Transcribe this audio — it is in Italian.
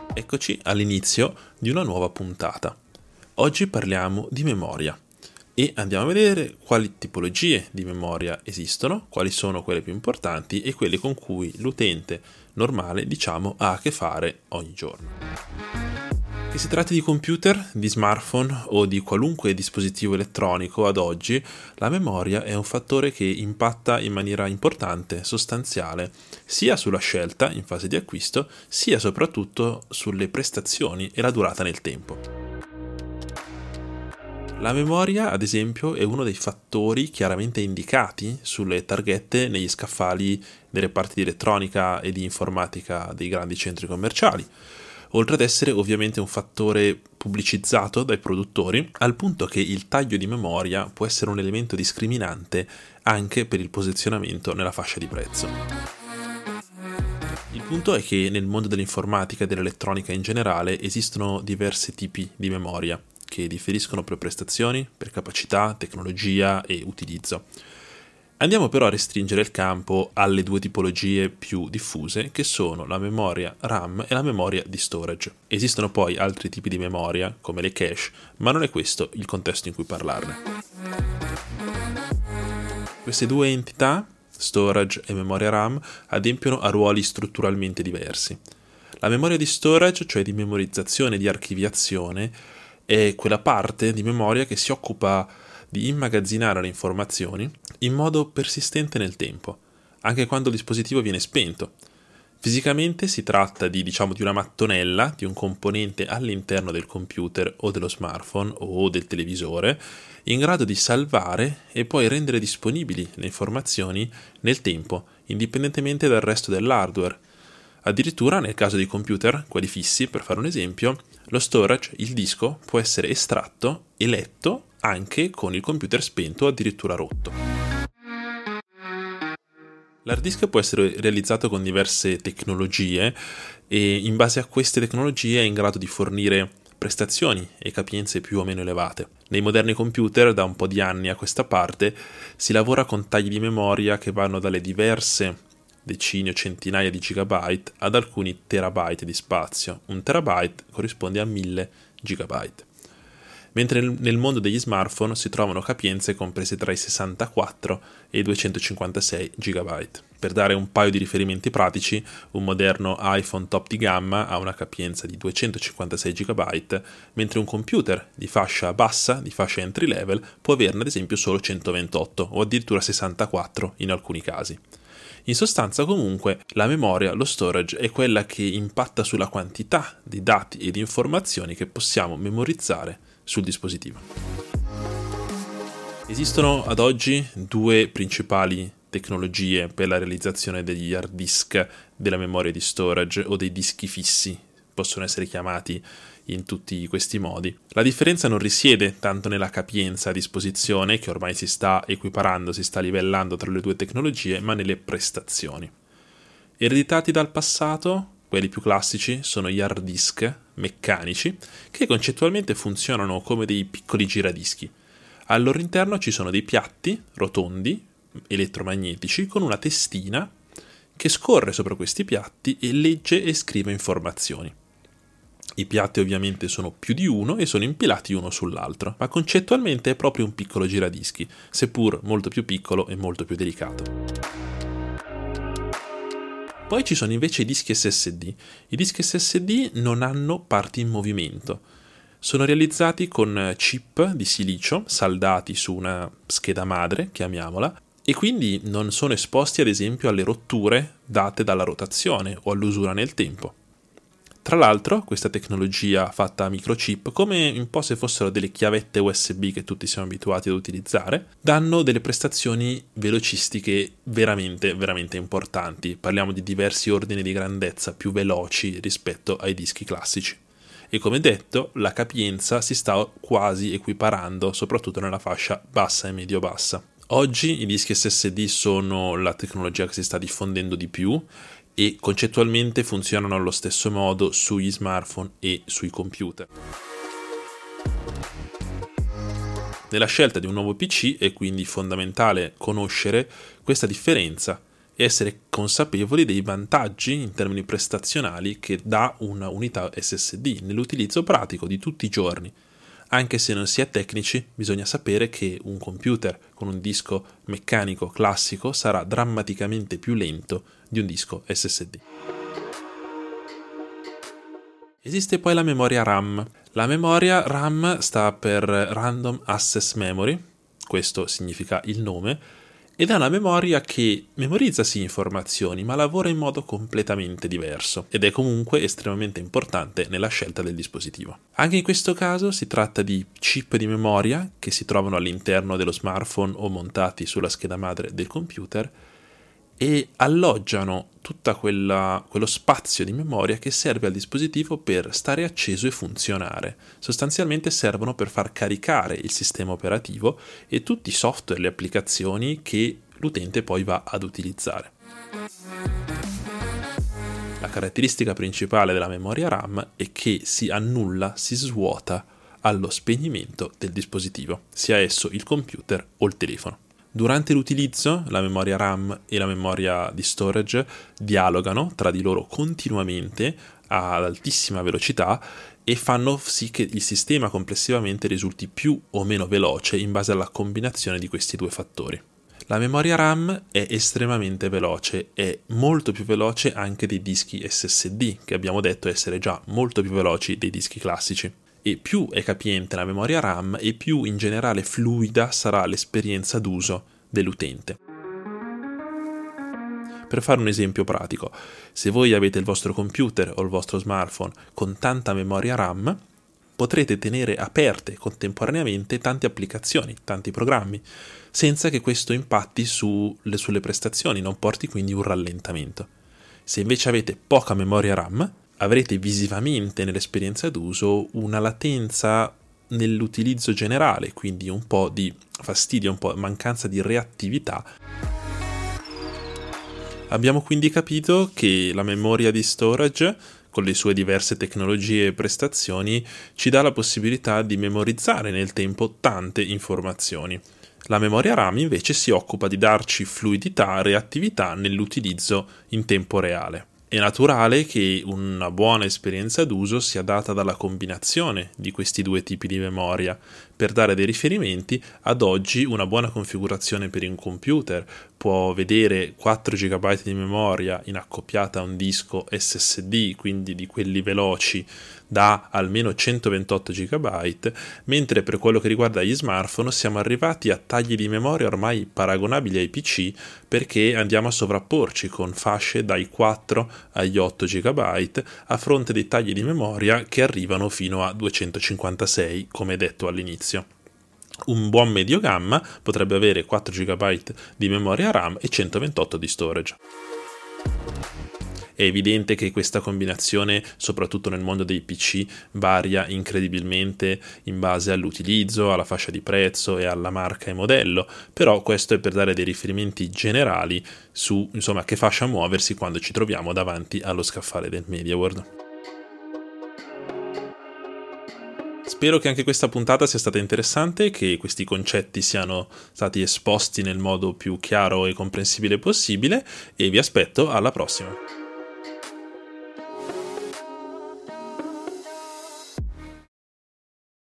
Eccoci all'inizio di una nuova puntata. Oggi parliamo di memoria e andiamo a vedere quali tipologie di memoria esistono, quali sono quelle più importanti e quelle con cui l'utente normale, ha a che fare ogni giorno. Che si tratti di computer, di smartphone o di qualunque dispositivo elettronico ad oggi, la memoria è un fattore che impatta in maniera importante, sostanziale, sia sulla scelta in fase di acquisto, sia soprattutto sulle prestazioni e la durata nel tempo. La memoria, ad esempio, è uno dei fattori chiaramente indicati sulle targhette negli scaffali dei reparti di elettronica e di informatica dei grandi centri commerciali, oltre ad essere ovviamente un fattore pubblicizzato dai produttori, al punto che il taglio di memoria può essere un elemento discriminante anche per il posizionamento nella fascia di prezzo. Il punto è che nel mondo dell'informatica e dell'elettronica in generale esistono diversi tipi di memoria che differiscono per prestazioni, per capacità, tecnologia e utilizzo. Andiamo però a restringere il campo alle due tipologie più diffuse, che sono la memoria RAM e la memoria di storage. Esistono poi altri tipi di memoria, come le cache, ma non è questo il contesto in cui parlarne. Queste due entità, storage e memoria RAM, adempiono a ruoli strutturalmente diversi. La memoria di storage, cioè di memorizzazione e di archiviazione, è quella parte di memoria che si occupa di immagazzinare le informazioni in modo persistente nel tempo, anche quando il dispositivo viene spento. Fisicamente si tratta di una mattonella, di un componente all'interno del computer o dello smartphone o del televisore, in grado di salvare e poi rendere disponibili le informazioni nel tempo, indipendentemente dal resto dell'hardware. Addirittura nel caso dei computer, quelli fissi, per fare un esempio, lo storage, il disco, può essere estratto e letto anche con il computer spento o addirittura rotto. L'hard disk può essere realizzato con diverse tecnologie e in base a queste tecnologie è in grado di fornire prestazioni e capienze più o meno elevate. Nei moderni computer, da un po' di anni a questa parte, si lavora con tagli di memoria che vanno dalle diverse decine o centinaia di gigabyte ad alcuni terabyte di spazio. Un terabyte corrisponde a 1000 gigabyte. Mentre nel mondo degli smartphone si trovano capienze comprese tra i 64 e i 256 gigabyte. Per dare un paio di riferimenti pratici, un moderno iPhone top di gamma ha una capienza di 256 gigabyte, mentre un computer di fascia bassa, di fascia entry level, può averne ad esempio solo 128 o addirittura 64 in alcuni casi. In sostanza, comunque, la memoria, lo storage, è quella che impatta sulla quantità di dati e di informazioni che possiamo memorizzare sul dispositivo. Esistono ad oggi due principali tecnologie per la realizzazione degli hard disk della memoria di storage o dei dischi fissi, possono essere chiamati in tutti questi modi. La differenza non risiede tanto nella capienza a disposizione, che ormai si sta equiparando, si sta livellando tra le due tecnologie, ma nelle prestazioni. Ereditati dal passato, quelli più classici sono gli hard disk meccanici, che concettualmente funzionano come dei piccoli giradischi. Al loro interno ci sono dei piatti rotondi, elettromagnetici, con una testina che scorre sopra questi piatti e legge e scrive informazioni. I piatti ovviamente sono più di uno e sono impilati uno sull'altro, ma concettualmente è proprio un piccolo giradischi, seppur molto più piccolo e molto più delicato. Poi ci sono invece i dischi SSD. I dischi SSD non hanno parti in movimento. Sono realizzati con chip di silicio saldati su una scheda madre, chiamiamola, e quindi non sono esposti ad esempio alle rotture date dalla rotazione o all'usura nel tempo. Tra l'altro, questa tecnologia fatta a microchip, come un po' se fossero delle chiavette USB che tutti siamo abituati ad utilizzare, danno delle prestazioni velocistiche veramente, veramente importanti. Parliamo di diversi ordini di grandezza più veloci rispetto ai dischi classici. E come detto, la capienza si sta quasi equiparando, soprattutto nella fascia bassa e medio-bassa. Oggi i dischi SSD sono la tecnologia che si sta diffondendo di più e concettualmente funzionano allo stesso modo sugli smartphone e sui computer. Nella scelta di un nuovo PC è quindi fondamentale conoscere questa differenza e essere consapevoli dei vantaggi in termini prestazionali che dà una unità SSD nell'utilizzo pratico di tutti i giorni. Anche se non si è tecnici, bisogna sapere che un computer con un disco meccanico classico sarà drammaticamente più lento di un disco SSD. Esiste poi la memoria RAM. La memoria RAM sta per Random Access Memory, questo significa il nome, ed è una memoria che memorizza sì informazioni, ma lavora in modo completamente diverso ed è comunque estremamente importante nella scelta del dispositivo. Anche in questo caso si tratta di chip di memoria che si trovano all'interno dello smartphone o montati sulla scheda madre del computer e alloggiano tutto quello spazio di memoria che serve al dispositivo per stare acceso e funzionare. Sostanzialmente servono per far caricare il sistema operativo e tutti i software e le applicazioni che l'utente poi va ad utilizzare. La caratteristica principale della memoria RAM è che si annulla, si svuota allo spegnimento del dispositivo, sia esso il computer o il telefono. Durante l'utilizzo, la memoria RAM e la memoria di storage dialogano tra di loro continuamente ad altissima velocità e fanno sì che il sistema complessivamente risulti più o meno veloce in base alla combinazione di questi due fattori. La memoria RAM è estremamente veloce, è molto più veloce anche dei dischi SSD, che abbiamo detto essere già molto più veloci dei dischi classici. E più è capiente la memoria RAM e più in generale fluida sarà l'esperienza d'uso dell'utente. Per fare un esempio pratico, se voi avete il vostro computer o il vostro smartphone con tanta memoria RAM, potrete tenere aperte contemporaneamente tante applicazioni, tanti programmi, senza che questo impatti sulle prestazioni, non porti quindi un rallentamento. Se invece avete poca memoria RAM, avrete visivamente nell'esperienza d'uso una latenza nell'utilizzo generale, quindi un po' di fastidio, un po' mancanza di reattività. Abbiamo quindi capito che la memoria di storage, con le sue diverse tecnologie e prestazioni, ci dà la possibilità di memorizzare nel tempo tante informazioni. La memoria RAM invece si occupa di darci fluidità e reattività nell'utilizzo in tempo reale. È naturale che una buona esperienza d'uso sia data dalla combinazione di questi due tipi di memoria. Per dare dei riferimenti, ad oggi una buona configurazione per un computer può vedere 4 GB di memoria in accoppiata a un disco SSD, quindi di quelli veloci, da almeno 128 GB, mentre per quello che riguarda gli smartphone siamo arrivati a tagli di memoria ormai paragonabili ai PC perché andiamo a sovrapporci con fasce dai 4 agli 8 GB a fronte dei tagli di memoria che arrivano fino a 256, come detto all'inizio. Un buon medio gamma potrebbe avere 4 GB di memoria RAM e 128 di storage. È evidente che questa combinazione, soprattutto nel mondo dei PC, varia incredibilmente in base all'utilizzo, alla fascia di prezzo e alla marca e modello, però questo è per dare dei riferimenti generali su, insomma, che fascia muoversi quando ci troviamo davanti allo scaffale del MediaWorld. Spero che anche questa puntata sia stata interessante, che questi concetti siano stati esposti nel modo più chiaro e comprensibile possibile e vi aspetto alla prossima.